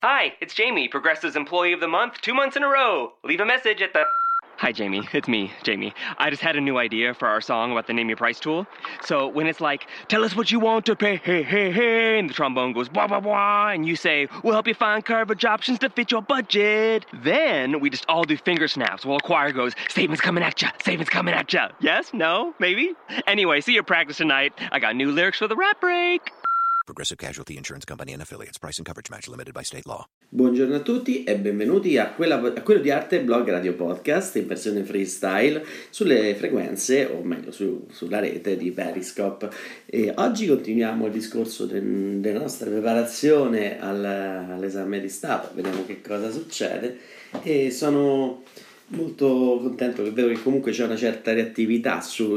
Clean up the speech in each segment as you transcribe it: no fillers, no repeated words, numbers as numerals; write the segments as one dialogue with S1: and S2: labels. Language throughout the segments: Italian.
S1: Hi, it's Jamie, Progressive's Employee of the Month, 2 months in a row. Leave a message at the... Hi, Jamie. It's me, Jamie. I just had a new idea for our song about the Name Your Price tool. So when it's like, tell us what you want to pay, hey, hey, hey, and the trombone goes, blah, blah, blah, and you say, we'll help you find coverage options to fit your budget. Then we just all do finger snaps while a choir goes, statements coming at ya, statements coming at ya. Yes? No? Maybe? Anyway, see your practice tonight. I got new lyrics for the rap break.
S2: Progressive Casualty Insurance Company and Affiliates. Price and coverage match limited by state law.
S3: Buongiorno a tutti e benvenuti a quello di Arte Blog Radio Podcast in versione freestyle sulle frequenze, o meglio sulla rete di Periscope. E oggi continuiamo il discorso della nostra preparazione all'esame di Stato, vediamo che cosa succede e sono molto contento che vedo che comunque c'è una certa reattività su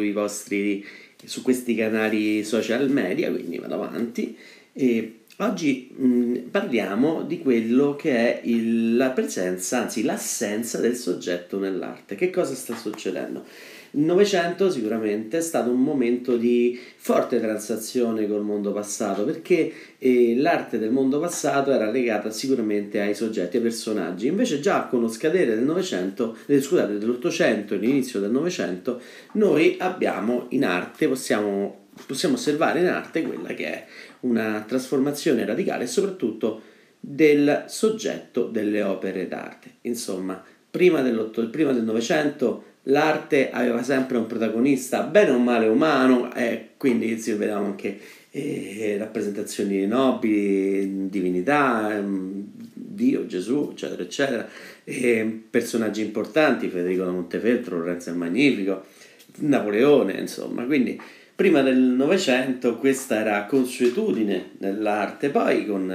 S3: questi canali social media, quindi vado avanti e oggi parliamo di quello che è la presenza, anzi l'assenza del soggetto nell'arte. Che cosa sta succedendo? Il Novecento sicuramente è stato un momento di forte transazione col mondo passato, perché l'arte del mondo passato era legata sicuramente ai soggetti, ai personaggi. Invece già con lo scadere dell'Ottocento e l'inizio del Novecento, noi abbiamo in arte, possiamo osservare in arte quella che è una trasformazione radicale, soprattutto del soggetto delle opere d'arte. Insomma, prima del Novecento l'arte aveva sempre un protagonista bene o male umano, e quindi si vedevano anche rappresentazioni nobili, divinità, Dio, Gesù, eccetera, eccetera, personaggi importanti, Federico da Montefeltro, Lorenzo il Magnifico, Napoleone, insomma. Quindi prima del Novecento questa era consuetudine nell'arte, poi con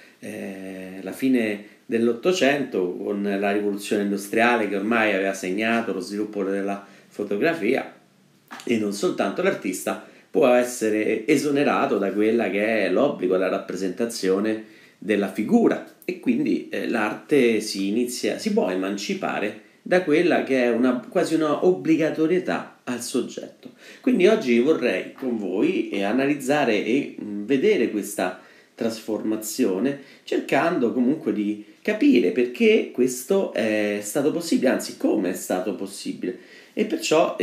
S3: la fine dell'Ottocento, con la rivoluzione industriale che ormai aveva segnato lo sviluppo della fotografia, e non soltanto l'artista può essere esonerato da quella che è l'obbligo della rappresentazione della figura, e quindi l'arte si può emancipare da quella che è quasi una obbligatorietà al soggetto. Quindi oggi vorrei con voi analizzare e vedere questa trasformazione, cercando comunque di capire perché questo è stato possibile, anzi come è stato possibile. E perciò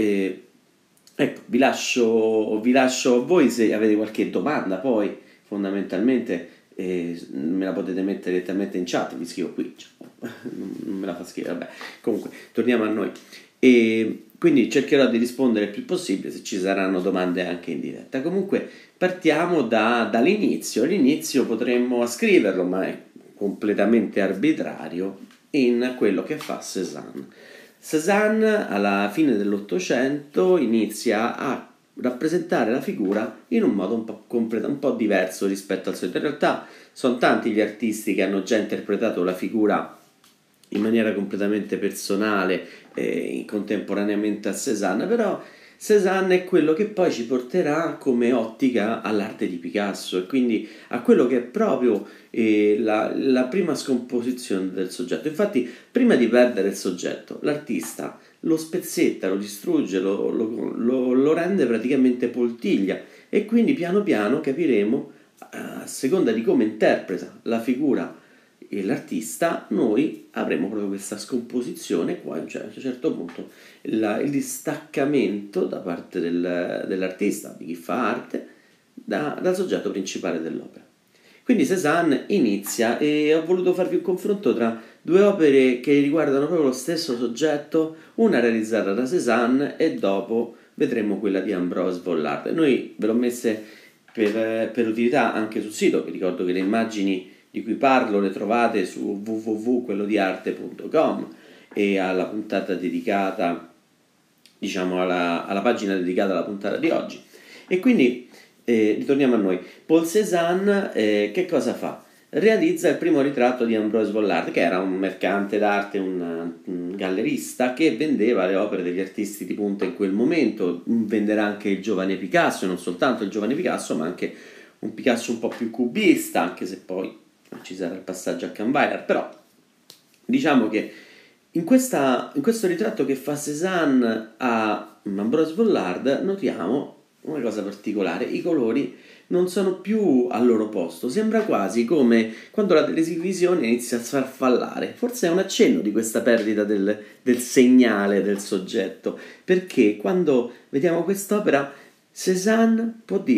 S3: ecco, vi lascio a voi se avete qualche domanda, poi fondamentalmente me la potete mettere direttamente in chat, vi scrivo qui, non me la fa scrivere, vabbè. Comunque torniamo a noi e quindi cercherò di rispondere il più possibile, se ci saranno domande anche in diretta. Comunque partiamo dall'inizio. L'inizio potremmo scriverlo, ma è completamente arbitrario, in quello che fa Cézanne. Cézanne alla fine dell'Ottocento inizia a rappresentare la figura in un modo un po' diverso rispetto al solito. In realtà sono tanti gli artisti che hanno già interpretato la figura in maniera completamente personale contemporaneamente a Cézanne, però Cézanne è quello che poi ci porterà come ottica all'arte di Picasso, e quindi a quello che è proprio la prima scomposizione del soggetto. Infatti, prima di perdere il soggetto, l'artista lo spezzetta, lo distrugge, lo rende praticamente poltiglia, e quindi piano piano capiremo, a seconda di come interpreta la figura e l'artista, noi avremo proprio questa scomposizione qua, cioè a un certo punto il distaccamento da parte dell'artista, di chi fa arte, dal soggetto principale dell'opera. Quindi Cézanne inizia, e ho voluto farvi un confronto tra due opere che riguardano proprio lo stesso soggetto, una realizzata da Cézanne e dopo vedremo quella di Ambroise Vollard. Noi ve l'ho messe per utilità anche sul sito. Vi ricordo che le immagini di cui parlo le trovate su www.quellodiarte.com e alla puntata dedicata, diciamo alla pagina dedicata alla puntata di oggi. E quindi ritorniamo a noi. Paul Cézanne che cosa fa? Realizza il primo ritratto di Ambroise Vollard, che era un mercante d'arte, un gallerista che vendeva le opere degli artisti di punta in quel momento. Venderà anche il giovane Picasso, e non soltanto il giovane Picasso, ma anche un Picasso un po' più cubista, anche se poi ci sarà il passaggio a Kahnweiler. Però diciamo che in questo ritratto che fa Cézanne a Ambroise Vollard notiamo una cosa particolare: i colori non sono più al loro posto. Sembra quasi come quando la televisione inizia a farfallare. Forse è un accenno di questa perdita del segnale del soggetto, perché quando vediamo quest'opera Cézanne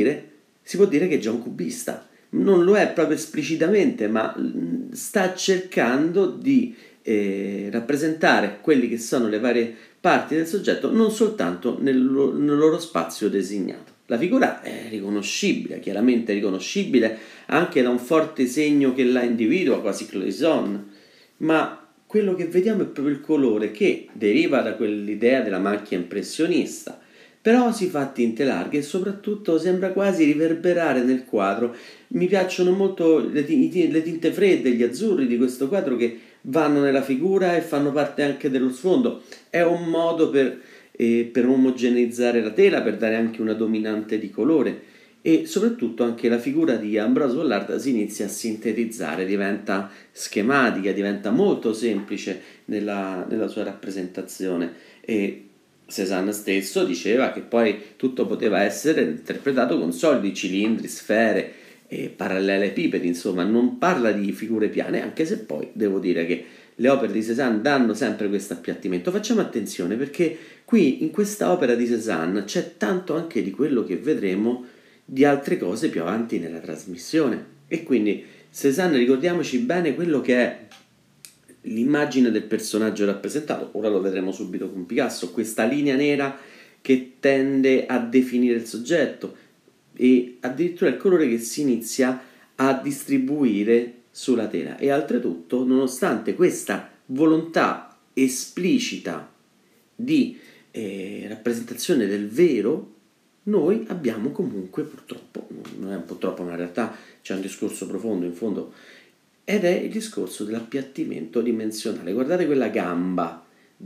S3: si può dire che è già un cubista. Non lo è proprio esplicitamente, ma sta cercando di rappresentare quelli che sono le varie parti del soggetto non soltanto nel loro spazio designato. La figura è riconoscibile, chiaramente riconoscibile anche da un forte segno che la individua, quasi cloison, ma quello che vediamo è proprio il colore che deriva da quell'idea della macchina impressionista, però si fa a tinte larghe e soprattutto sembra quasi riverberare nel quadro. Mi piacciono molto le tinte fredde, gli azzurri di questo quadro che vanno nella figura e fanno parte anche dello sfondo. È un modo per omogeneizzare la tela, per dare anche una dominante di colore, e soprattutto anche la figura di Ambroise Vollard si inizia a sintetizzare, diventa schematica, diventa molto semplice nella sua rappresentazione, e Cézanne stesso diceva che poi tutto poteva essere interpretato con solidi cilindri, sfere e parallelepipedi, insomma non parla di figure piane, anche se poi devo dire che le opere di Cézanne danno sempre questo appiattimento. Facciamo attenzione, perché qui in questa opera di Cézanne c'è tanto anche di quello che vedremo di altre cose più avanti nella trasmissione, e quindi Cézanne, ricordiamoci bene quello che è l'immagine del personaggio rappresentato. Ora lo vedremo subito con Picasso, questa linea nera che tende a definire il soggetto e addirittura il colore che si inizia a distribuire sulla tela. E oltretutto, nonostante questa volontà esplicita di rappresentazione del vero, noi abbiamo comunque, purtroppo, non è purtroppo ma in realtà c'è un discorso profondo in fondo, ed è il discorso dell'appiattimento dimensionale. Guardate quella gamba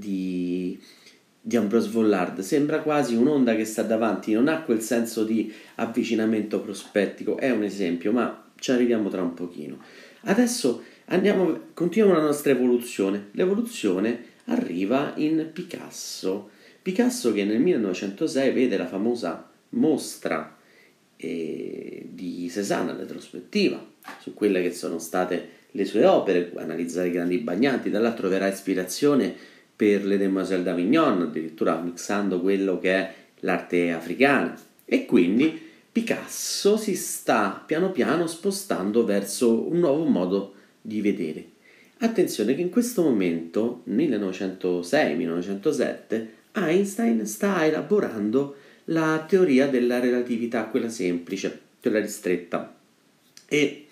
S3: di Ambroise Vollard, sembra quasi un'onda che sta davanti, non ha quel senso di avvicinamento prospettico, è un esempio, ma ci arriviamo tra un pochino. Adesso continuiamo la nostra evoluzione. L'evoluzione arriva in Picasso che nel 1906 vede la famosa mostra di Cézanne, retrospettiva su quelle che sono state le sue opere, analizzare i grandi bagnanti. Dall'altro verrà ispirazione per le Demoiselles d'Avignon, addirittura mixando quello che è l'arte africana, e quindi Picasso si sta piano piano spostando verso un nuovo modo di vedere. Attenzione che in questo momento, 1906-1907, Einstein sta elaborando la teoria della relatività, quella semplice, quella ristretta, e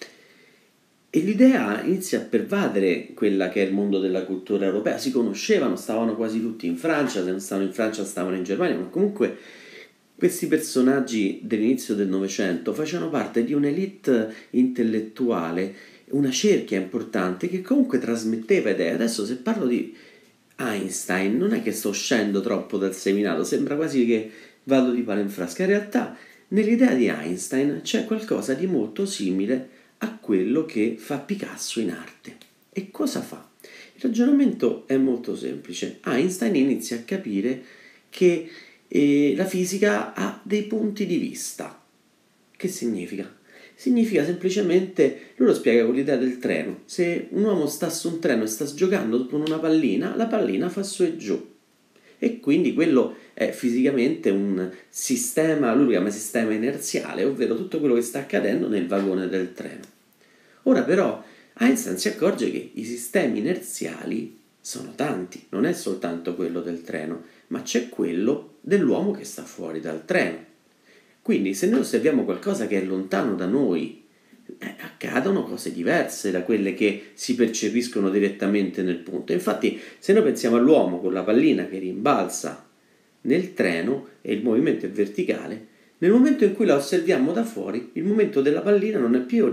S3: l'idea inizia a pervadere quella che è il mondo della cultura europea. Si conoscevano, stavano quasi tutti in Francia, se non stavano in Francia stavano in Germania, ma comunque questi personaggi dell'inizio del Novecento facevano parte di un'elite intellettuale, una cerchia importante che comunque trasmetteva idee. Adesso se parlo di Einstein non è che sto uscendo troppo dal seminato, sembra quasi che vado di palo in frasca. In realtà nell'idea di Einstein c'è qualcosa di molto simile a quello che fa Picasso in arte. E cosa fa? Il ragionamento è molto semplice. Einstein inizia a capire che la fisica ha dei punti di vista. Che significa? Significa semplicemente, lui lo spiega con l'idea del treno. Se un uomo sta su un treno e sta giocando con una pallina, la pallina fa su e giù. E quindi quello è fisicamente un sistema, lui lo chiama sistema inerziale, ovvero tutto quello che sta accadendo nel vagone del treno. Ora però Einstein si accorge che i sistemi inerziali sono tanti, non è soltanto quello del treno, ma c'è quello dell'uomo che sta fuori dal treno. Quindi se noi osserviamo qualcosa che è lontano da noi, accadono cose diverse da quelle che si percepiscono direttamente nel punto. Infatti se noi pensiamo all'uomo con la pallina che rimbalza nel treno e il movimento è verticale, nel momento in cui la osserviamo da fuori, il movimento della pallina non è più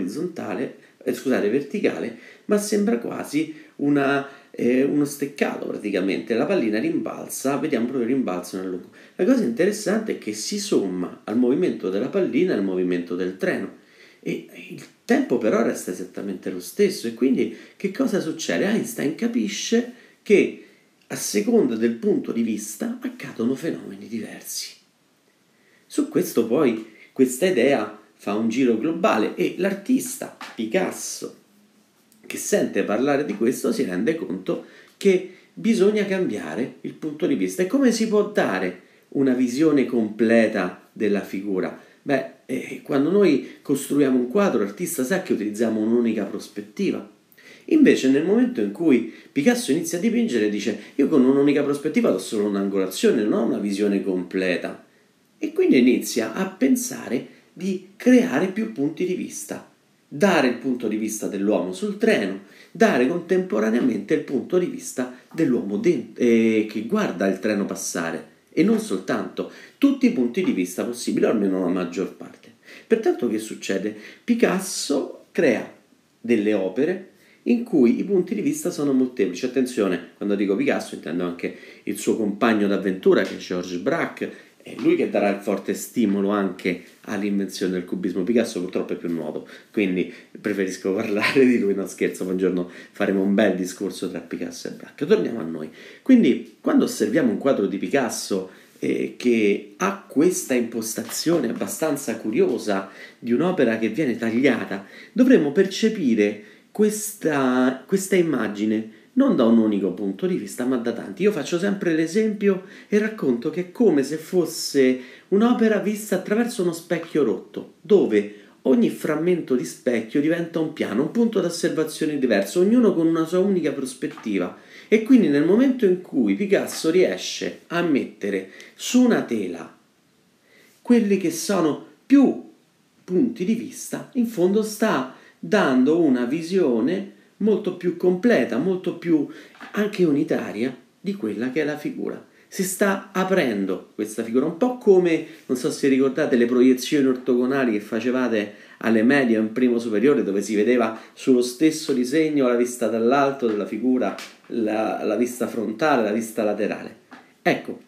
S3: verticale, ma sembra quasi uno steccato praticamente. La pallina rimbalza, vediamo proprio il rimbalzo nel lungo. La cosa interessante è che si somma al movimento della pallina il movimento del treno, e il tempo però resta esattamente lo stesso. E quindi che cosa succede? Einstein capisce che a seconda del punto di vista accadono fenomeni diversi. Su questo poi questa idea fa un giro globale e l'artista Picasso, che sente parlare di questo, si rende conto che bisogna cambiare il punto di vista. E come si può dare una visione completa della figura? Quando noi costruiamo un quadro, l'artista sa che utilizziamo un'unica prospettiva. Invece nel momento in cui Picasso inizia a dipingere dice: io con un'unica prospettiva do solo un'angolazione, non ho una visione completa. E quindi inizia a pensare di creare più punti di vista, dare il punto di vista dell'uomo sul treno, dare contemporaneamente il punto di vista dell'uomo che guarda il treno passare, e non soltanto, tutti i punti di vista possibili, o almeno la maggior parte. Pertanto che succede? Picasso crea delle opere in cui i punti di vista sono molteplici. Attenzione, quando dico Picasso intendo anche il suo compagno d'avventura, che è Georges Braque. È lui che darà il forte stimolo anche all'invenzione del cubismo. Picasso purtroppo è più nuovo, quindi preferisco parlare di lui, no scherzo, un giorno faremo un bel discorso tra Picasso e Braque. Torniamo a noi. Quindi quando osserviamo un quadro di Picasso che ha questa impostazione abbastanza curiosa di un'opera che viene tagliata, dovremmo percepire questa immagine non da un unico punto di vista, ma da tanti. Io faccio sempre l'esempio e racconto che è come se fosse un'opera vista attraverso uno specchio rotto, dove ogni frammento di specchio diventa un piano, un punto d'osservazione diverso, ognuno con una sua unica prospettiva. E quindi nel momento in cui Picasso riesce a mettere su una tela quelli che sono più punti di vista, in fondo sta dando una visione molto più completa, molto più anche unitaria di quella che è la figura. Si sta aprendo questa figura, un po' come, non so se ricordate, le proiezioni ortogonali che facevate alle medie o in primo superiore, dove si vedeva sullo stesso disegno la vista dall'alto della figura, la vista frontale, la vista laterale. Ecco,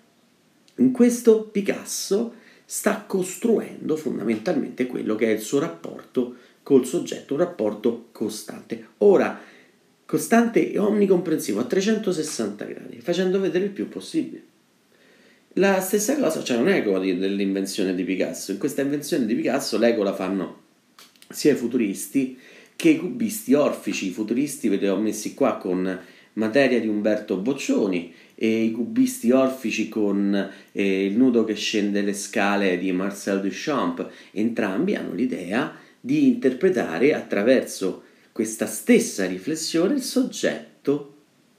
S3: in questo Picasso sta costruendo fondamentalmente quello che è il suo rapporto col soggetto, un rapporto costante. Ora, costante e omnicomprensivo a 360 gradi, facendo vedere il più possibile. La stessa cosa, c'è un eco dell'invenzione di Picasso. In questa invenzione di Picasso l'eco la fanno sia i futuristi che i cubisti orfici. I futuristi ve li ho messi qua con materia di Umberto Boccioni e i cubisti orfici con il nudo che scende le scale di Marcel Duchamp. Entrambi hanno l'idea di interpretare attraverso questa stessa riflessione il soggetto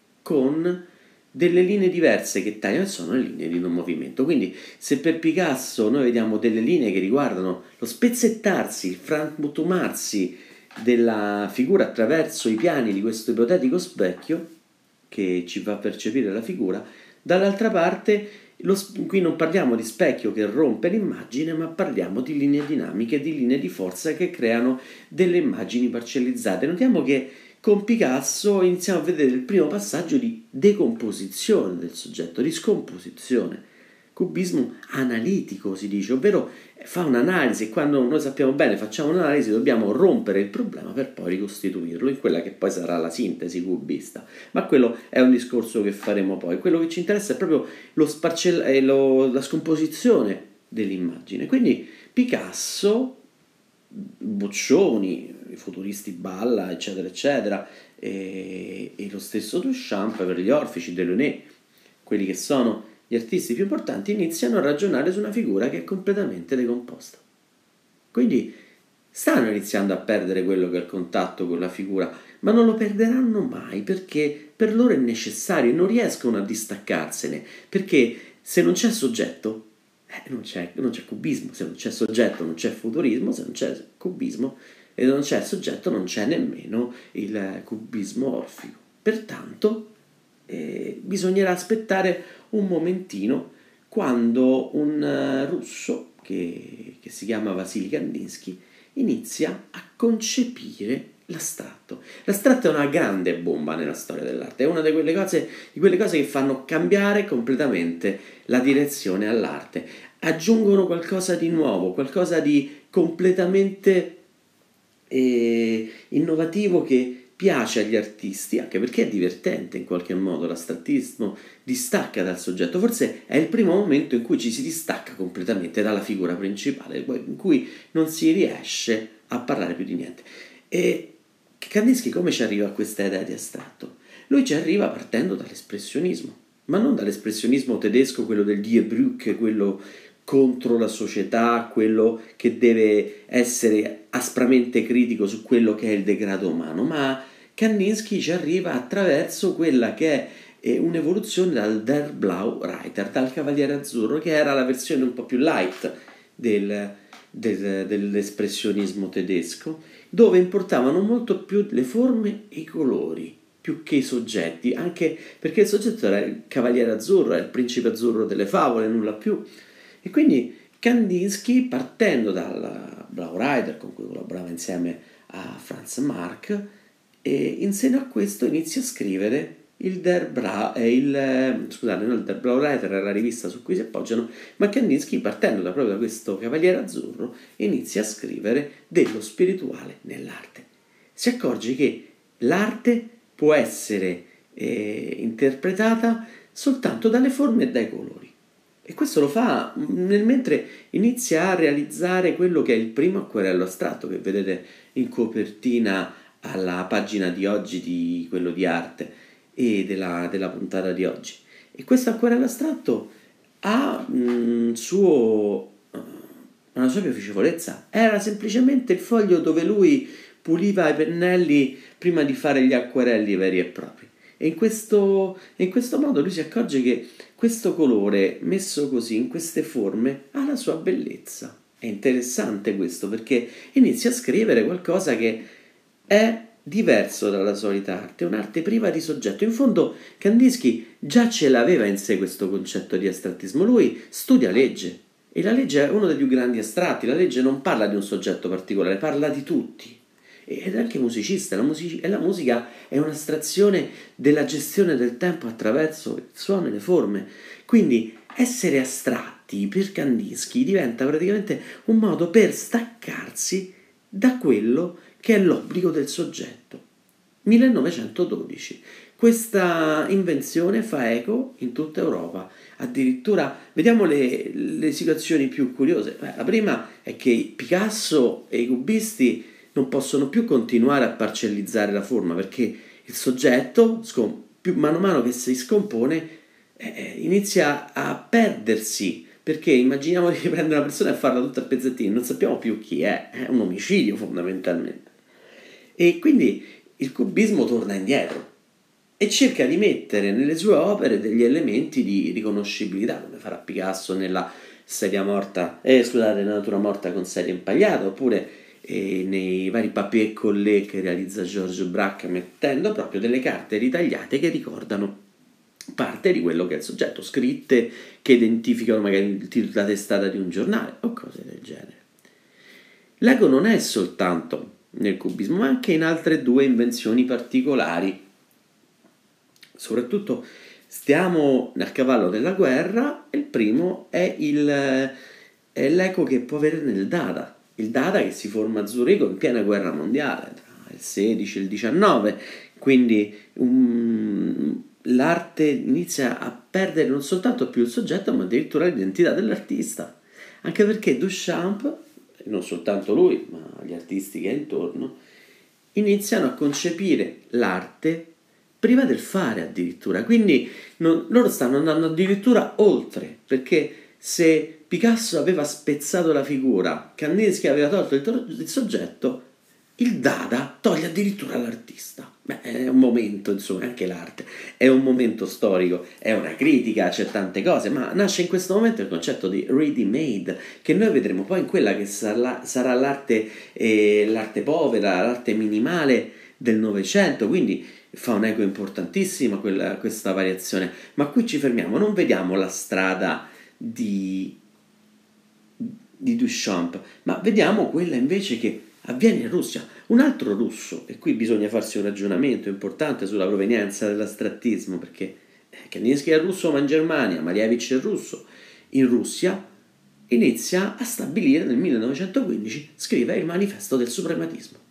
S3: con delle linee diverse che tagliano, sono le linee di non movimento. Quindi se per Picasso noi vediamo delle linee che riguardano lo spezzettarsi, il frantumarsi della figura attraverso i piani di questo ipotetico specchio che ci fa percepire la figura, dall'altra parte qui non parliamo di specchio che rompe l'immagine, ma parliamo di linee dinamiche, di linee di forza che creano delle immagini parcellizzate. Notiamo che con Picasso iniziamo a vedere il primo passaggio di decomposizione del soggetto, di scomposizione. Cubismo analitico si dice, ovvero fa un'analisi, e quando noi sappiamo bene facciamo un'analisi dobbiamo rompere il problema per poi ricostituirlo in quella che poi sarà la sintesi cubista, ma quello è un discorso che faremo poi. Quello che ci interessa è proprio la scomposizione dell'immagine. Quindi Picasso, Boccioni, i futuristi Balla, eccetera eccetera, e lo stesso Duchamp per gli orfici, Delaunay, quelli che sono gli artisti più importanti, iniziano a ragionare su una figura che è completamente decomposta. Quindi stanno iniziando a perdere quello che è il contatto con la figura, ma non lo perderanno mai, perché per loro è necessario e non riescono a distaccarsene, perché se non c'è soggetto non c'è cubismo, se non c'è soggetto non c'è futurismo, se non c'è cubismo e non c'è soggetto non c'è nemmeno il cubismo orfico. Pertanto bisognerà aspettare un momentino quando un russo che si chiama Vasily Kandinsky inizia a concepire l'astratto. L'astratto è una grande bomba nella storia dell'arte, è una di quelle cose che fanno cambiare completamente la direzione all'arte, aggiungono qualcosa di nuovo, qualcosa di completamente innovativo che piace agli artisti, anche perché è divertente in qualche modo, l'astrattismo distacca dal soggetto, forse è il primo momento in cui ci si distacca completamente dalla figura principale, in cui non si riesce a parlare più di niente. E Kandinsky come ci arriva a questa idea di astratto? Lui ci arriva partendo dall'espressionismo, ma non dall'espressionismo tedesco, quello del Die Brücke, quello contro la società, quello che deve essere aspramente critico su quello che è il degrado umano, ma Kandinsky ci arriva attraverso quella che è un'evoluzione dal Der Blau Reiter, dal Cavaliere Azzurro, che era la versione un po' più light dell'espressionismo tedesco, dove importavano molto più le forme e i colori, più che i soggetti, anche perché il soggetto era il Cavaliere Azzurro, era il principe azzurro delle favole, nulla più. E quindi Kandinsky, partendo dal Blau Reiter, con cui collaborava insieme a Franz Marc, in seno a questo inizia a scrivere il Der Blau Reiter è la rivista su cui si appoggiano, ma Kandinsky, partendo proprio da questo Cavaliere Azzurro, inizia a scrivere dello spirituale nell'arte. Si accorge che l'arte può essere interpretata soltanto dalle forme e dai colori. E questo lo fa mentre inizia a realizzare quello che è il primo acquerello astratto che vedete in copertina alla pagina di oggi di quello di arte e della puntata di oggi. E questo acquerello astratto ha una sua piacevolezza. Era semplicemente il foglio dove lui puliva i pennelli prima di fare gli acquerelli veri e propri. E in questo modo lui si accorge che questo colore messo così, in queste forme, ha la sua bellezza. È interessante questo perché inizia a scrivere qualcosa che è diverso dalla solita arte, è un'arte priva di soggetto. In fondo Kandinsky già ce l'aveva in sé questo concetto di astrattismo. Lui studia legge e la legge è uno dei più grandi astratti. La legge non parla di un soggetto particolare, parla di tutti. Ed è anche musicista, la musica è un'astrazione della gestione del tempo attraverso il suono e le forme. Quindi essere astratti per Kandinsky diventa praticamente un modo per staccarsi da quello che è l'obbligo del soggetto. 1912. Questa invenzione fa eco in tutta Europa. Addirittura vediamo le situazioni più curiose. La prima è che Picasso e i cubisti non possono più continuare a parcellizzare la forma perché il soggetto, mano a mano che si scompone, inizia a perdersi, perché immaginiamo di prendere una persona e farla tutta a pezzettini, non sappiamo più chi è un omicidio fondamentalmente. E quindi il cubismo torna indietro e cerca di mettere nelle sue opere degli elementi di riconoscibilità, come farà Picasso nella natura morta con sedia impagliata, oppure nei vari papier collé che realizza Georges Braque, mettendo proprio delle carte ritagliate che ricordano parte di quello che è il soggetto, scritte che identificano magari il titolo della testata di un giornale o cose del genere. L'ego non è soltanto nel cubismo, ma anche in altre due invenzioni particolari. Soprattutto stiamo a cavallo della guerra, e il primo è l'eco che può avere nel Dada. Il Dada che si forma a Zurigo in piena guerra mondiale, tra il 16 e il 19, quindi l'arte inizia a perdere non soltanto più il soggetto, ma addirittura l'identità dell'artista, anche perché Duchamp, non soltanto lui, ma gli artisti che è intorno, iniziano a concepire l'arte prima del fare addirittura, quindi loro stanno andando addirittura oltre, perché se Picasso aveva spezzato la figura, Kandinsky aveva tolto il soggetto, il Dada toglie addirittura l'artista. È un momento, insomma, anche l'arte è un momento storico, è una critica, c'è tante cose, ma nasce in questo momento il concetto di ready-made, che noi vedremo poi in quella che sarà l'arte povera, l'arte minimale del Novecento, quindi fa un eco importantissimo questa variazione. Ma qui ci fermiamo, non vediamo la strada di Duchamp, ma vediamo quella invece che avviene in Russia. Un altro russo, e qui bisogna farsi un ragionamento importante sulla provenienza dell'astrattismo, perché Kandinsky è russo ma in Germania, Malevich è russo, in Russia inizia a stabilire nel 1915, scrive il manifesto del suprematismo.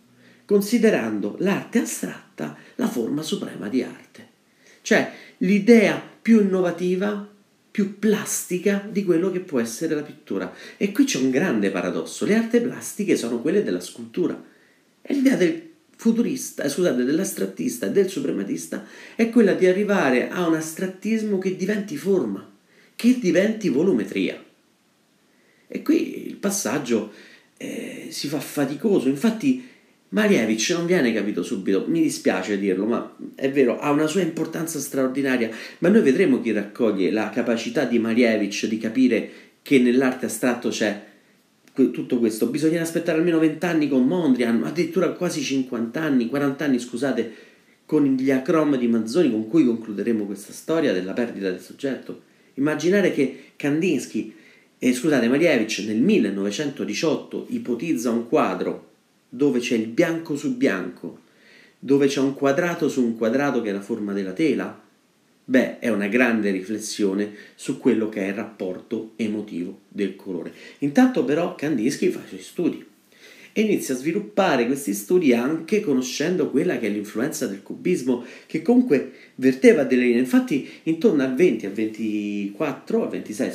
S3: considerando l'arte astratta la forma suprema di arte, cioè l'idea più innovativa, più plastica di quello che può essere la pittura. E qui c'è un grande paradosso: le arti plastiche sono quelle della scultura, e l'idea del futurista, dell'astrattista e del suprematista è quella di arrivare a un astrattismo che diventi forma, che diventi volumetria. E qui il passaggio si fa faticoso. Infatti Malevich non viene capito subito, mi dispiace dirlo, ma è vero, ha una sua importanza straordinaria, ma noi vedremo chi raccoglie la capacità di Malevich di capire che nell'arte astratto c'è tutto questo. Bisogna aspettare almeno 20 anni con Mondrian, addirittura quasi 50 anni, 40 anni, scusate, con gli acrom di Manzoni, con cui concluderemo questa storia della perdita del soggetto. Immaginare che Malevich nel 1918 ipotizza un quadro dove c'è il bianco su bianco, dove c'è un quadrato su un quadrato che è la forma della tela, è una grande riflessione su quello che è il rapporto emotivo del colore. Intanto però Kandinsky fa i suoi studi e inizia a sviluppare questi studi anche conoscendo quella che è l'influenza del cubismo, che comunque verteva delle linee. Infatti intorno al 26,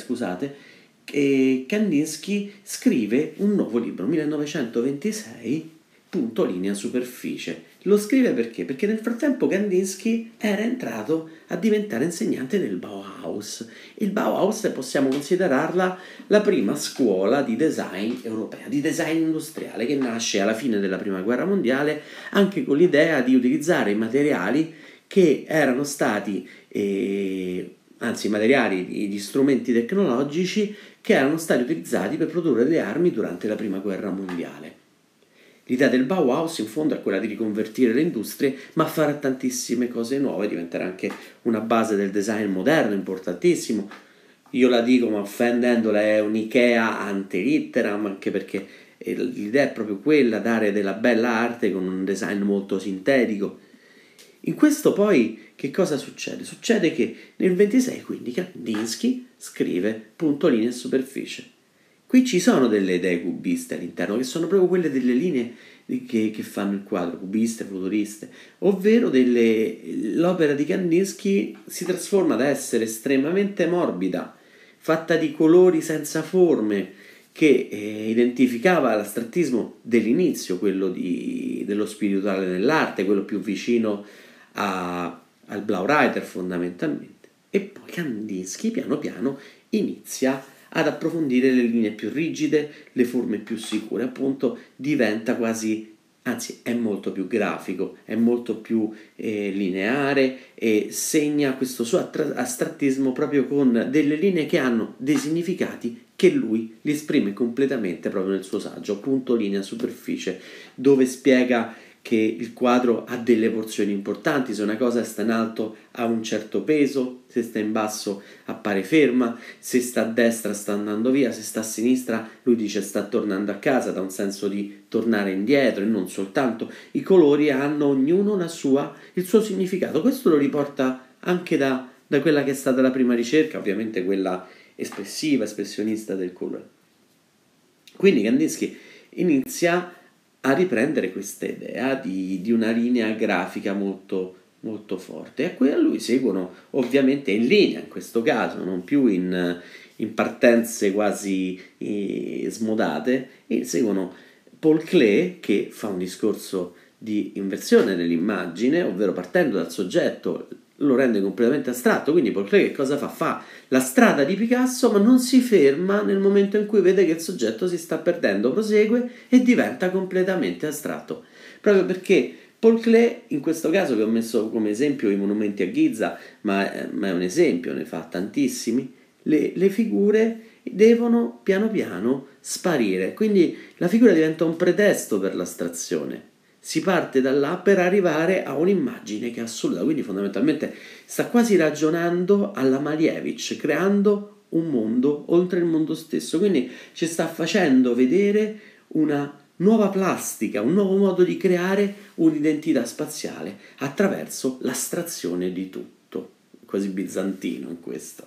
S3: Kandinsky scrive un nuovo libro, 1926, punto linea superficie. Lo scrive perché? Perché nel frattempo Kandinsky era entrato a diventare insegnante nel Bauhaus. Il Bauhaus possiamo considerarla la prima scuola di design europea, di design industriale, che nasce alla fine della Prima Guerra Mondiale anche con l'idea di utilizzare i materiali che erano stati gli strumenti tecnologici che erano stati utilizzati per produrre le armi durante la Prima Guerra Mondiale. L'idea del Bauhaus in fondo è quella di riconvertire le industrie, ma fare tantissime cose nuove, diventare anche una base del design moderno importantissimo. Io la dico, ma offendendola, è un'Ikea ante litteram, anche perché l'idea è proprio quella, dare della bella arte con un design molto sintetico. In questo poi che cosa succede? Succede che nel 26 quindi Kandinsky scrive punto, linea e superficie. Qui ci sono delle idee cubiste all'interno, che sono proprio quelle delle linee che fanno il quadro, cubiste, futuriste, ovvero l'opera di Kandinsky si trasforma da essere estremamente morbida, fatta di colori senza forme, che identificava l'astrattismo dell'inizio, quello dello spirituale nell'arte, quello più vicino al Blaureiter fondamentalmente. E poi Kandinsky piano piano inizia ad approfondire le linee più rigide, le forme più sicure, appunto diventa quasi, anzi è molto più grafico, è molto più lineare e segna questo suo astrattismo proprio con delle linee che hanno dei significati che lui li esprime completamente proprio nel suo saggio, punto, linea, superficie, dove spiega che il quadro ha delle porzioni importanti, se una cosa sta in alto ha un certo peso, se sta in basso appare ferma, se sta a destra sta andando via, se sta a sinistra lui dice sta tornando a casa, da un senso di tornare indietro, e non soltanto. I colori hanno ognuno il suo significato. Questo lo riporta anche da quella che è stata la prima ricerca, ovviamente quella espressionista del colore. Quindi Kandinsky inizia a riprendere questa idea di una linea grafica molto, molto forte, e a cui a lui seguono ovviamente in linea, in questo caso non più in partenze quasi smodate, e seguono Paul Klee, che fa un discorso di inversione dell'immagine, ovvero partendo dal soggetto lo rende completamente astratto. Quindi Paul Klee che cosa fa? Fa la strada di Picasso, ma non si ferma nel momento in cui vede che il soggetto si sta perdendo, prosegue e diventa completamente astratto, proprio perché Paul Klee, in questo caso che ho messo come esempio i monumenti a Giza, ma è un esempio, ne fa tantissimi, le figure devono piano piano sparire, quindi la figura diventa un pretesto per l'astrazione. Si parte da là per arrivare a un'immagine che è assoluta, quindi fondamentalmente sta quasi ragionando alla Malevich, creando un mondo oltre il mondo stesso, quindi ci sta facendo vedere una nuova plastica, un nuovo modo di creare un'identità spaziale attraverso l'astrazione di tutto, quasi bizantino in questo.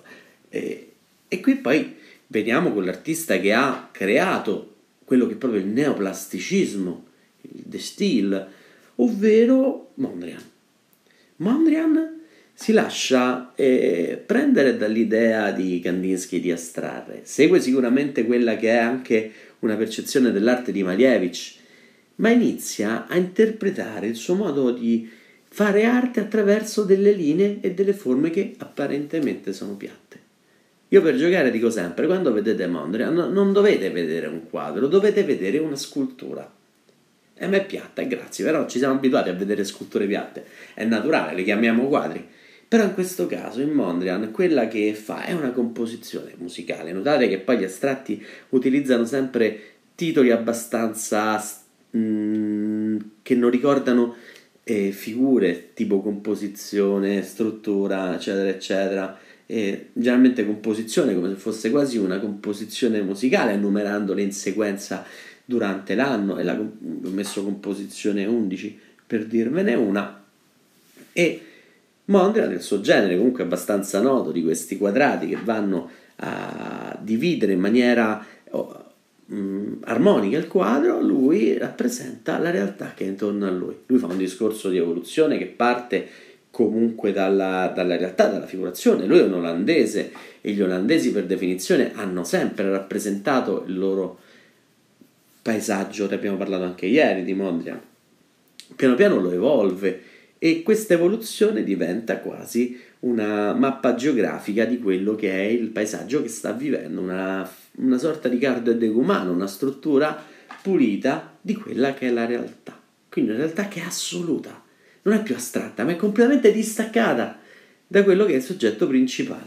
S3: E qui poi veniamo con l'artista che ha creato quello che è proprio il neoplasticismo, il De Stijl, ovvero Mondrian. Mondrian si lascia prendere dall'idea di Kandinsky di astrarre, segue sicuramente quella che è anche una percezione dell'arte di Malevich, ma inizia a interpretare il suo modo di fare arte attraverso delle linee e delle forme che apparentemente sono piatte. Io per giocare dico sempre, quando vedete Mondrian non dovete vedere un quadro, dovete vedere una scultura. E a me è piatta, grazie, però ci siamo abituati a vedere sculture piatte, è naturale, le chiamiamo quadri. Però in questo caso, in Mondrian, quella che fa è una composizione musicale. Notate che poi gli astratti utilizzano sempre titoli abbastanza che non ricordano figure tipo composizione, struttura, eccetera, eccetera. Generalmente composizione come se fosse quasi una composizione musicale, enumerandole in sequenza durante l'anno, e ho messo composizione 11 per dirvene una. E Mondrian, nel suo genere comunque abbastanza noto, di questi quadrati che vanno a dividere in maniera armonica il quadro, lui rappresenta la realtà che è intorno a lui. Lui fa un discorso di evoluzione che parte comunque dalla realtà, dalla figurazione. Lui è un olandese e gli olandesi per definizione hanno sempre rappresentato il loro paesaggio, ne abbiamo parlato anche ieri di Mondrian. Piano piano lo evolve e questa evoluzione diventa quasi una mappa geografica di quello che è il paesaggio che sta vivendo, una sorta di cardo decumano, una struttura pulita di quella che è la realtà. Quindi una realtà che è assoluta, non è più astratta, ma è completamente distaccata da quello che è il soggetto principale.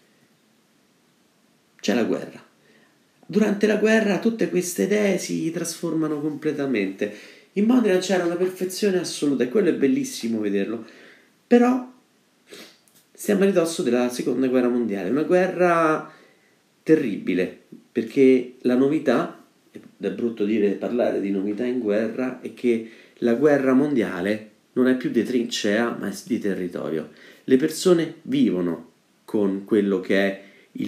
S3: C'è la guerra. Durante la guerra tutte queste idee si trasformano completamente. In Mondrian c'era una perfezione assoluta e quello è bellissimo vederlo. Però siamo a ridosso della seconda guerra mondiale, una guerra terribile, perché la novità, ed è brutto parlare di novità in guerra, è che la guerra mondiale non è più di trincea ma è di territorio. Le persone vivono con quello che è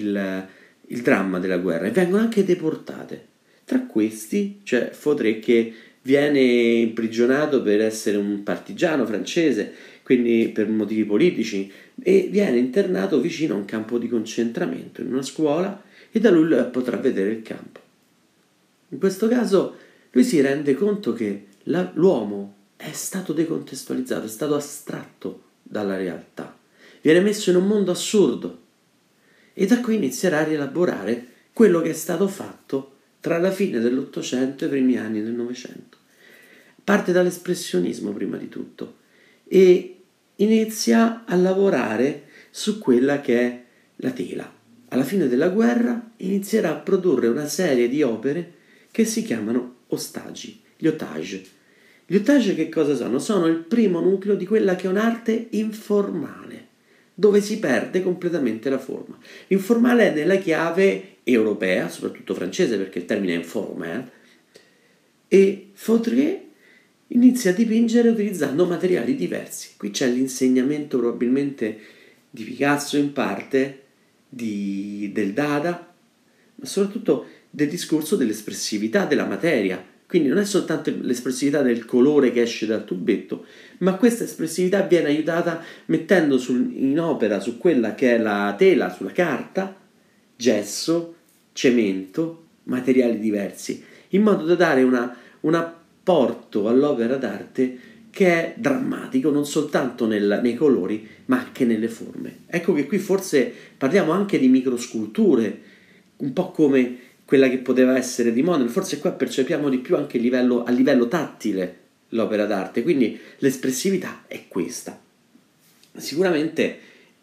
S3: il dramma della guerra e vengono anche deportate. Tra questi c'è Fautré che viene imprigionato per essere un partigiano francese, quindi per motivi politici, e viene internato vicino a un campo di concentramento in una scuola e da lui potrà vedere il campo. In questo caso lui si rende conto che l'uomo è stato decontestualizzato, è stato astratto dalla realtà, viene messo in un mondo assurdo e da qui inizierà a rielaborare quello che è stato fatto tra la fine dell'Ottocento e i primi anni del Novecento. Parte dall'espressionismo prima di tutto e inizia a lavorare su quella che è la tela. Alla fine della guerra inizierà a produrre una serie di opere che si chiamano ostaggi, gli otage. Gli otage che cosa sono? Sono il primo nucleo di quella che è un'arte informale, dove si perde completamente la forma. Informale è nella chiave europea, soprattutto francese perché il termine è informel, e Fautré inizia a dipingere utilizzando materiali diversi. Qui c'è l'insegnamento probabilmente di Picasso in parte, del Dada, ma soprattutto del discorso dell'espressività della materia. Quindi non è soltanto l'espressività del colore che esce dal tubetto, ma questa espressività viene aiutata mettendo in opera su quella che è la tela, sulla carta, gesso, cemento, materiali diversi, in modo da dare un apporto all'opera d'arte che è drammatico non soltanto nei colori, ma anche nelle forme. Ecco che qui forse parliamo anche di microsculture, un po' come quella che poteva essere di Monet, forse qua percepiamo di più anche a livello tattile l'opera d'arte, quindi l'espressività è questa. Sicuramente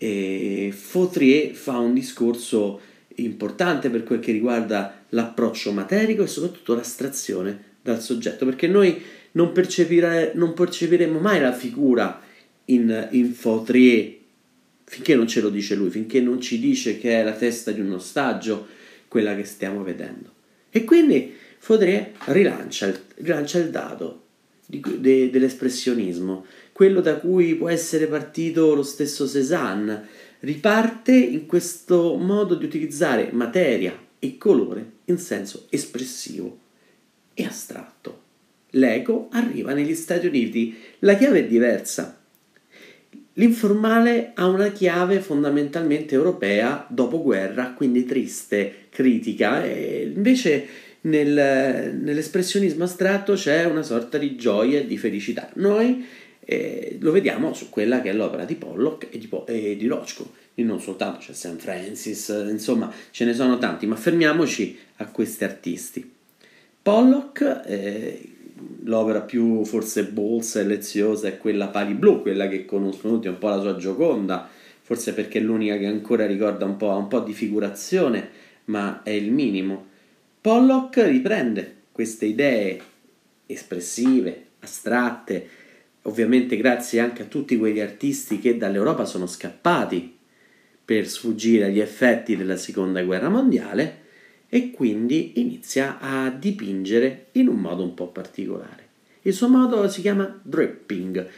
S3: Fautré fa un discorso importante per quel che riguarda l'approccio materico e soprattutto l'astrazione dal soggetto, perché noi non percepiremo mai la figura in Fautré finché non ce lo dice lui, finché non ci dice che è la testa di un ostaggio quella che stiamo vedendo. E quindi Fautré rilancia il dado dell'espressionismo, quello da cui può essere partito lo stesso Cézanne, riparte in questo modo di utilizzare materia e colore in senso espressivo e astratto. l'eco arriva negli Stati Uniti. La chiave è diversa. L'informale ha una chiave fondamentalmente europea, dopoguerra, quindi triste, critica, e invece nell'espressionismo astratto c'è una sorta di gioia e di felicità. Noi lo vediamo su quella che è l'opera di Pollock e di Rothko, e non soltanto, c'è St. Francis, insomma ce ne sono tanti, ma fermiamoci a questi artisti. Pollock, l'opera più forse bolsa e leziosa è quella Pali Blu, quella che conoscono tutti, un po' la sua Gioconda, forse perché è l'unica che ancora ricorda un po' di figurazione, ma è il minimo. Pollock riprende queste idee espressive, astratte, ovviamente grazie anche a tutti quegli artisti che dall'Europa sono scappati per sfuggire agli effetti della seconda guerra mondiale, e quindi inizia a dipingere in un modo un po' particolare. Il suo modo si chiama dripping,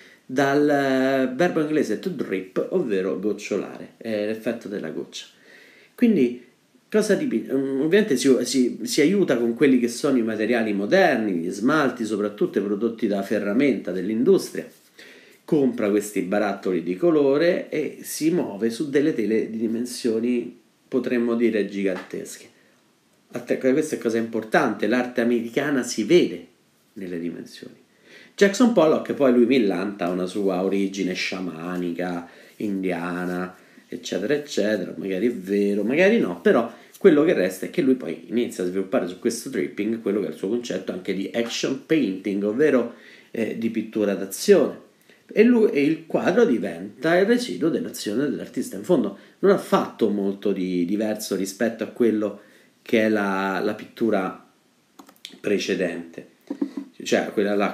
S3: dal verbo inglese to drip, ovvero gocciolare, è l'effetto della goccia. Quindi cosa dipinge? Ovviamente si aiuta con quelli che sono i materiali moderni, gli smalti, soprattutto i prodotti da ferramenta dell'industria. Compra questi barattoli di colore e si muove su delle tele di dimensioni, potremmo dire, gigantesche. Questa è cosa importante, l'arte americana si vede nelle dimensioni. Jackson Pollock poi lui millanta una sua origine sciamanica, indiana, eccetera eccetera, magari è vero, magari no, però quello che resta è che lui poi inizia a sviluppare su questo dripping quello che è il suo concetto anche di action painting, ovvero di pittura d'azione, e il quadro diventa il residuo dell'azione dell'artista. In fondo non ha fatto molto di diverso rispetto a quello che è la pittura precedente, cioè quella là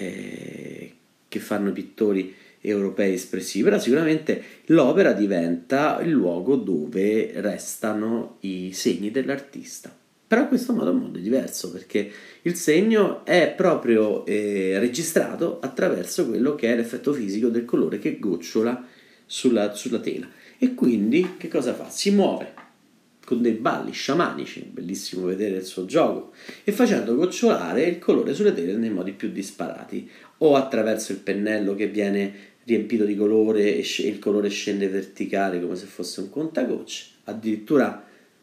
S3: che fanno i pittori europei espressivi, però sicuramente l'opera diventa il luogo dove restano i segni dell'artista. Però questo modo è un modo diverso, perché il segno è proprio registrato attraverso quello che è l'effetto fisico del colore che gocciola sulla tela, e quindi che cosa fa? Si muove con dei balli sciamanici, bellissimo vedere il suo gioco, e facendo gocciolare il colore sulle tele nei modi più disparati, o attraverso il pennello che viene riempito di colore e il colore scende verticale come se fosse un contagocce, addirittura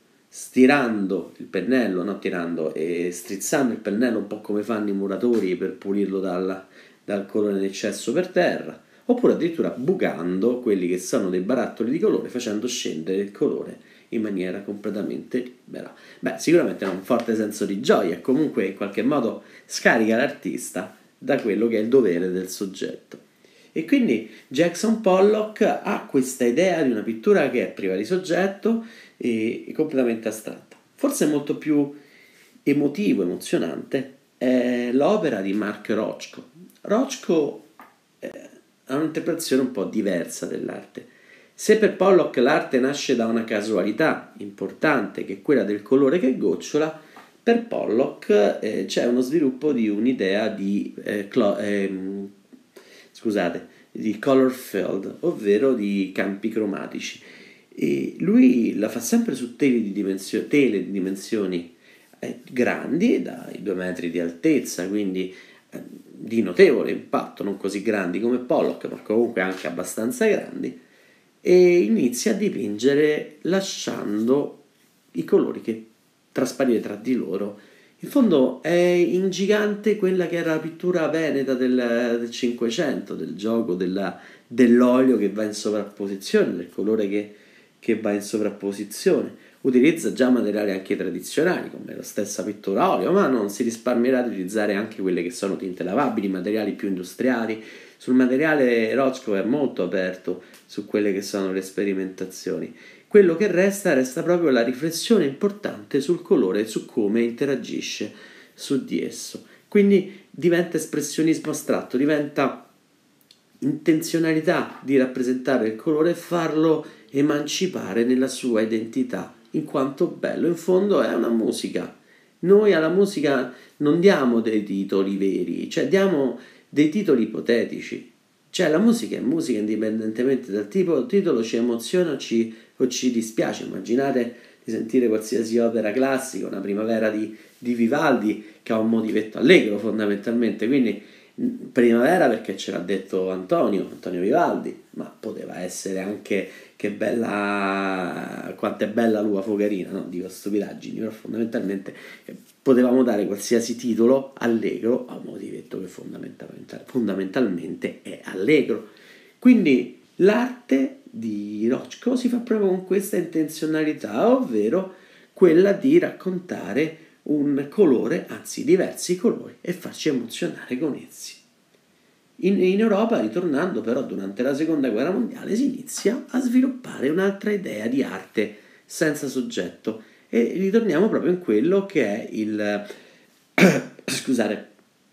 S3: stirando il pennello, non tirando, e strizzando il pennello un po' come fanno i muratori per pulirlo dal colore in eccesso per terra, oppure addirittura bucando quelli che sono dei barattoli di colore, facendo scendere il colore in maniera completamente libera. Sicuramente ha un forte senso di gioia e comunque in qualche modo scarica l'artista da quello che è il dovere del soggetto. E quindi Jackson Pollock ha questa idea di una pittura che è priva di soggetto e completamente astratta. Forse molto più emozionante è l'opera di Mark Rothko. Rothko ha un'interpretazione un po' diversa dell'arte. Se per Pollock l'arte nasce da una casualità importante, che è quella del colore che gocciola, per Pollock c'è uno sviluppo di un'idea di color field, ovvero di campi cromatici. E lui la fa sempre su tele di dimensioni grandi, dai 2 metri di altezza, quindi di notevole impatto, non così grandi come Pollock, ma comunque anche abbastanza grandi, e inizia a dipingere lasciando i colori che trasparire tra di loro. In fondo è in gigante quella che era la pittura veneta del 500, del gioco dell'olio che va in sovrapposizione, del colore che va in sovrapposizione. Utilizza già materiali anche tradizionali come la stessa pittura a olio, ma non si risparmierà di utilizzare anche quelle che sono tinte lavabili, materiali più industriali. Sul materiale Rothko è molto aperto su quelle che sono le sperimentazioni. Quello che resta proprio la riflessione importante sul colore e su come interagisce su di esso. Quindi diventa espressionismo astratto, diventa intenzionalità di rappresentare il colore e farlo emancipare nella sua identità, in quanto bello. In fondo è una musica. Noi alla musica non diamo dei titoli veri, cioè diamo dei titoli ipotetici. Cioè la musica è musica indipendentemente dal titolo, ci emoziona o ci dispiace. Immaginate di sentire qualsiasi opera classica, una primavera di di Vivaldi, che ha un motivetto allegro fondamentalmente, quindi primavera perché ce l'ha detto Antonio Vivaldi, ma poteva essere anche che bella, quanto è bella l'uva focarina, no? Dico stupidaggini, però fondamentalmente potevamo dare qualsiasi titolo allegro a un motivetto che fondamentalmente è allegro. Quindi l'arte di Rothko si fa proprio con questa intenzionalità, ovvero quella di raccontare un colore, anzi diversi colori, e farci emozionare con essi. In Europa, ritornando però durante la seconda guerra mondiale, si inizia a sviluppare un'altra idea di arte senza soggetto e ritorniamo proprio in quello che è scusate,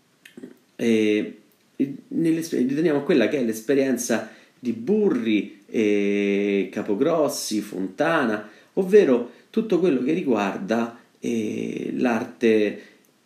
S3: ritorniamo a quella che è l'esperienza di Burri, Capogrossi, Fontana, ovvero tutto quello che riguarda l'arte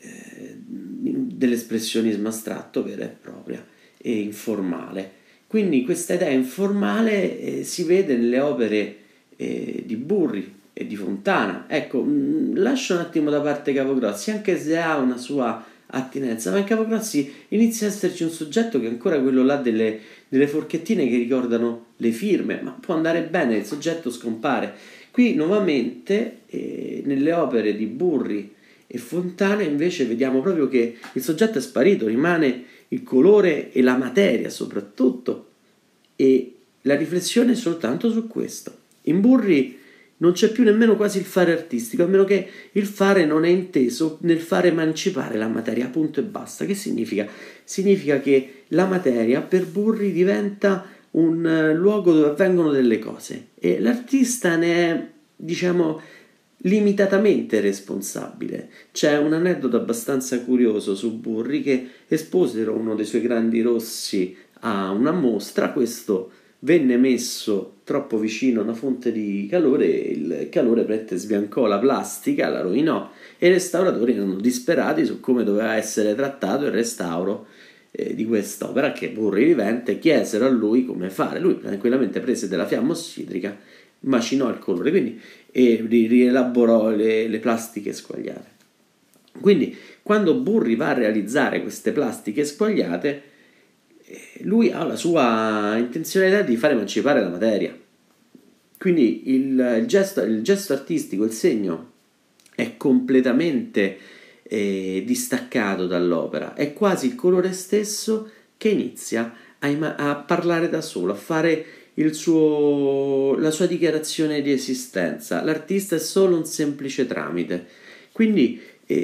S3: dell'espressionismo astratto vera e propria e informale. Quindi questa idea informale si vede nelle opere di Burri e di Fontana. Ecco, lascio un attimo da parte Capogrossi, anche se ha una sua attinenza, ma in Capogrossi inizia a esserci un soggetto che è ancora quello là delle forchettine che ricordano le firme, ma può andare bene, il soggetto scompare. Qui nuovamente nelle opere di Burri e Fontana invece vediamo proprio che il soggetto è sparito, rimane il colore e la materia soprattutto, e la riflessione è soltanto su questo. In Burri non c'è più nemmeno quasi il fare artistico, a meno che il fare non è inteso nel fare emancipare la materia, punto e basta. Che significa? Significa che la materia per Burri diventa un luogo dove avvengono delle cose e l'artista ne è, diciamo, limitatamente responsabile. C'è un aneddoto abbastanza curioso su Burri, che esposero uno dei suoi grandi rossi a una mostra, questo venne messo troppo vicino a una fonte di calore, il calore sbiancò la plastica, la rovinò e i restauratori erano disperati su come doveva essere trattato il restauro di quest'opera, che Burri vivente chiesero a lui come fare. Lui tranquillamente prese della fiamma ossidrica, macinò il colore, quindi e rielaborò le plastiche squagliate. Quindi quando Burri va a realizzare queste plastiche squagliate, lui ha la sua intenzionalità di fare emancipare la materia. Quindi il gesto artistico, il segno, è completamente distaccato dall'opera, è quasi il colore stesso che inizia a parlare da solo, a fare la sua dichiarazione di esistenza. L'artista è solo un semplice tramite. Quindi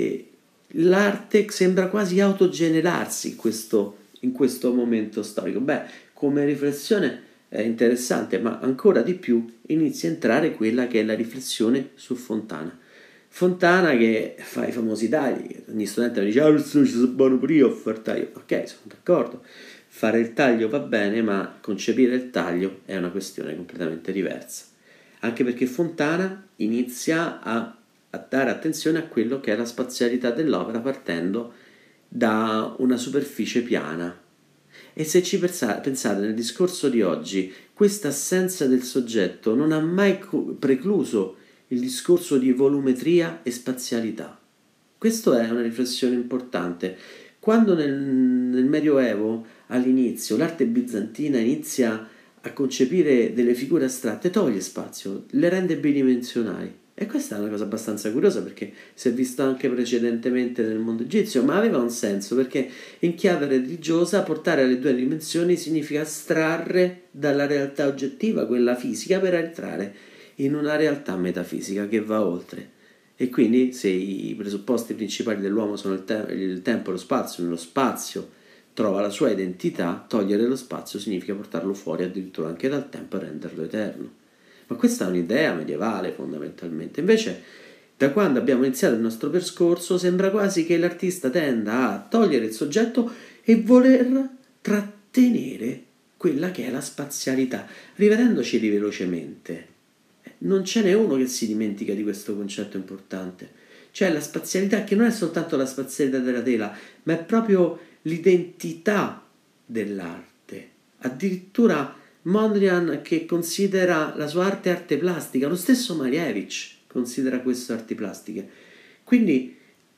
S3: l'arte sembra quasi autogenerarsi in questo momento storico. Come riflessione è interessante, ma ancora di più inizia a entrare quella che è la riflessione su Fontana. Fontana che fa i famosi tagli, ogni studente mi dice ci sono buono pure io a fare taglio. Ok, sono d'accordo, fare il taglio va bene, ma concepire il taglio è una questione completamente diversa, anche perché Fontana inizia a dare attenzione a quello che è la spazialità dell'opera partendo da una superficie piana. E se ci pensate nel discorso di oggi, questa assenza del soggetto non ha mai precluso il discorso di volumetria e spazialità. Questa è una riflessione importante. Quando nel Medioevo, all'inizio, l'arte bizantina inizia a concepire delle figure astratte, toglie spazio, le rende bidimensionali. E questa è una cosa abbastanza curiosa, perché si è visto anche precedentemente nel mondo egizio, ma aveva un senso, perché in chiave religiosa portare alle due dimensioni significa astrarre dalla realtà oggettiva, quella fisica, per entrare in una realtà metafisica che va oltre. E quindi se i presupposti principali dell'uomo sono il tempo e lo spazio, nello spazio trova la sua identità, togliere lo spazio significa portarlo fuori addirittura anche dal tempo e renderlo eterno. Ma questa è un'idea medievale fondamentalmente. Invece, da quando abbiamo iniziato il nostro percorso, sembra quasi che l'artista tenda a togliere il soggetto e voler trattenere quella che è la spazialità. Rivedendoci velocemente, non ce n'è uno che si dimentica di questo concetto importante. Cioè la spazialità, che non è soltanto la spazialità della tela, ma è proprio l'identità dell'arte. Addirittura Mondrian, che considera la sua arte plastica, lo stesso Malevich considera questo arti plastiche. Quindi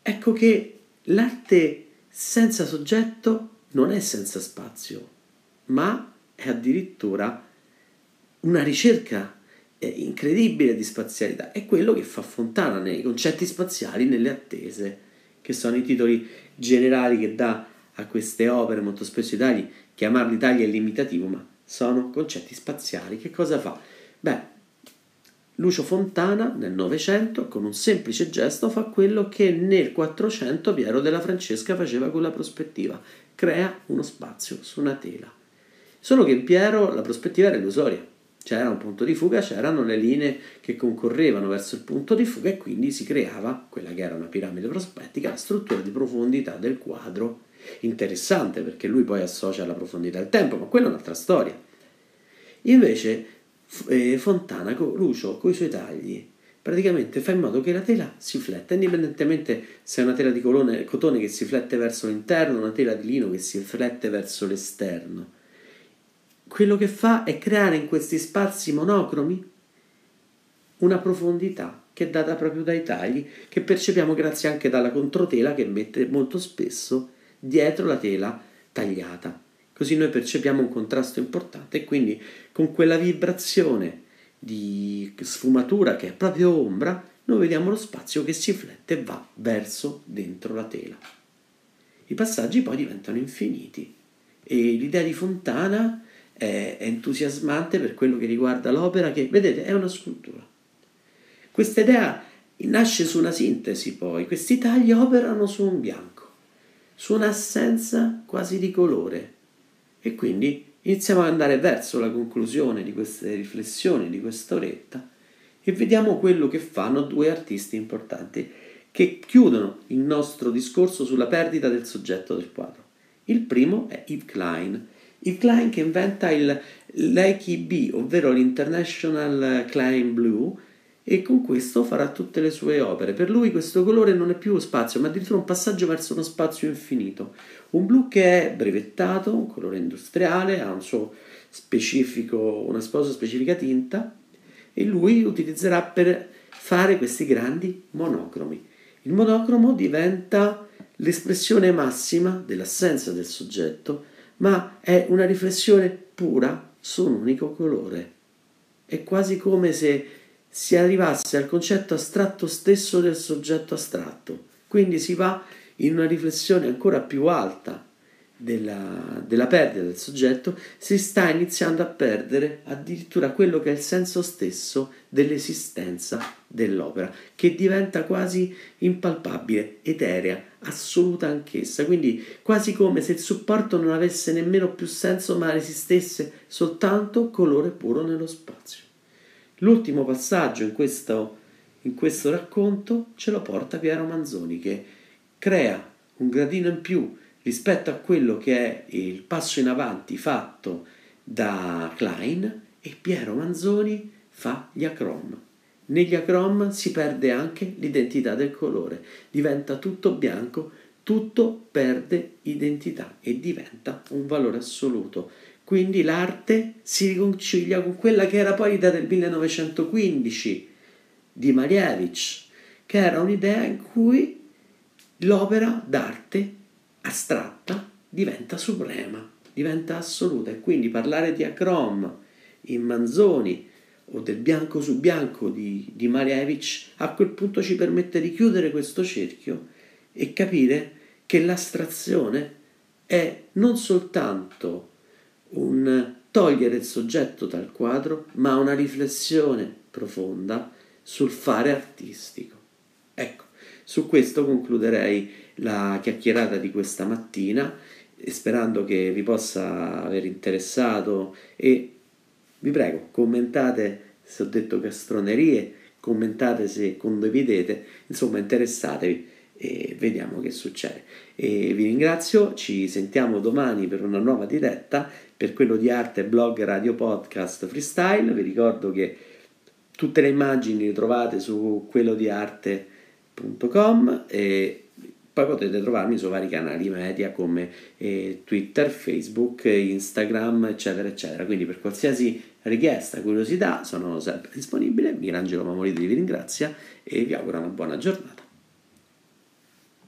S3: ecco che l'arte senza soggetto non è senza spazio, ma è addirittura una ricerca incredibile di spazialità. È quello che fa Fontana nei concetti spaziali, nelle attese, che sono i titoli generali che dà a queste opere. Molto spesso i tagli, chiamarli tagli è limitativo, ma sono concetti spaziali. Che cosa fa? Beh, Lucio Fontana nel Novecento, con un semplice gesto, fa quello che nel 400 Piero della Francesca faceva con la prospettiva: crea uno spazio su una tela. Solo che in Piero la prospettiva era illusoria. C'era un punto di fuga, c'erano le linee che concorrevano verso il punto di fuga e quindi si creava quella che era una piramide prospettica, la struttura di profondità del quadro. Interessante, perché lui poi associa la profondità al tempo, ma quella è un'altra storia. Invece Fontana, Lucio, con i suoi tagli, praticamente fa in modo che la tela si fletta, indipendentemente se è una tela di cotone che si flette verso l'interno, una tela di lino che si flette verso l'esterno. Quello che fa è creare in questi spazi monocromi una profondità che è data proprio dai tagli, che percepiamo grazie anche dalla controtela che mette molto spesso dietro la tela tagliata. Così noi percepiamo un contrasto importante e quindi con quella vibrazione di sfumatura che è proprio ombra, noi vediamo lo spazio che si flette e va verso dentro la tela. I passaggi poi diventano infiniti e l'idea di Fontana è entusiasmante per quello che riguarda l'opera, che vedete è una scultura. Questa idea nasce su una sintesi, poi questi tagli operano su un bianco, su un'assenza quasi di colore, e quindi iniziamo ad andare verso la conclusione di queste riflessioni, di quest'oretta, e vediamo quello che fanno due artisti importanti che chiudono il nostro discorso sulla perdita del soggetto del quadro. Il primo è Yves Klein. Yves Klein, che inventa l'IKB, ovvero l'International Klein Blue, e con questo farà tutte le sue opere. Per lui questo colore non è più spazio, ma addirittura un passaggio verso uno spazio infinito. Un blu che è brevettato, un colore industriale, ha una sua specifica tinta, e lui utilizzerà per fare questi grandi monocromi. Il monocromo diventa l'espressione massima dell'assenza del soggetto, ma è una riflessione pura su un unico colore. È quasi come se si arrivasse al concetto astratto stesso del soggetto astratto. Quindi si va in una riflessione ancora più alta della perdita del soggetto, si sta iniziando a perdere addirittura quello che è il senso stesso dell'esistenza dell'opera, che diventa quasi impalpabile, eterea, assoluta anch'essa, quindi quasi come se il supporto non avesse nemmeno più senso, ma esistesse soltanto colore puro nello spazio. L'ultimo passaggio in questo racconto ce lo porta Piero Manzoni, che crea un gradino in più rispetto a quello che è il passo in avanti fatto da Klein, e Piero Manzoni fa gli acrom. Negli acrom si perde anche l'identità del colore, diventa tutto bianco, tutto perde identità e diventa un valore assoluto. Quindi l'arte si riconcilia con quella che era poi l'idea del 1915 di Malevich, che era un'idea in cui l'opera d'arte astratta diventa suprema, diventa assoluta, e quindi parlare di acrom in Manzoni o del bianco su bianco di Malevich a quel punto ci permette di chiudere questo cerchio e capire che l'astrazione è non soltanto un togliere il soggetto dal quadro, ma una riflessione profonda sul fare artistico. Ecco, su questo concluderei la chiacchierata di questa mattina, sperando che vi possa aver interessato, e vi prego, commentate se ho detto castronerie, commentate se condividete, insomma interessatevi e vediamo che succede. E vi ringrazio, ci sentiamo domani per una nuova diretta per quello di arte, blog, radio, podcast, freestyle. Vi ricordo che tutte le immagini le trovate su quello di arte.com e poi potete trovarmi su vari canali media come Twitter, Facebook, Instagram, eccetera eccetera. Quindi per qualsiasi richiesta, curiosità, sono sempre disponibile. Michelangelo Mamolidi vi ringrazia e vi auguro una buona giornata.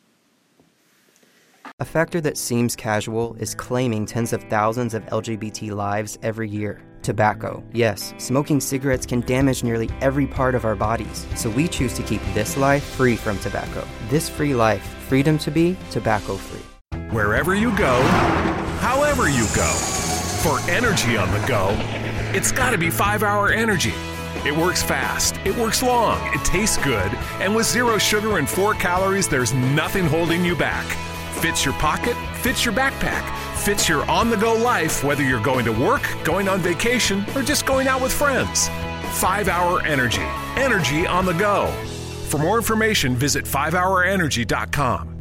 S4: A factor that seems casual is claiming tens of thousands of LGBT lives every year. Tobacco. Yes, smoking cigarettes can damage nearly every part of our bodies, so we choose to keep this life free from tobacco. This free life, freedom to be tobacco-free.
S5: Wherever you go, however you go, for energy on the go, it's gotta be 5 Hour Energy. It works fast, it works long, it tastes good, and with 0 sugar and 4 calories, there's nothing holding you back. Fits your pocket, fits your backpack, fits your on-the-go life, whether you're going to work, going on vacation, or just going out with friends. 5 Hour Energy. Energy on the go. For more information, visit 5hourenergy.com.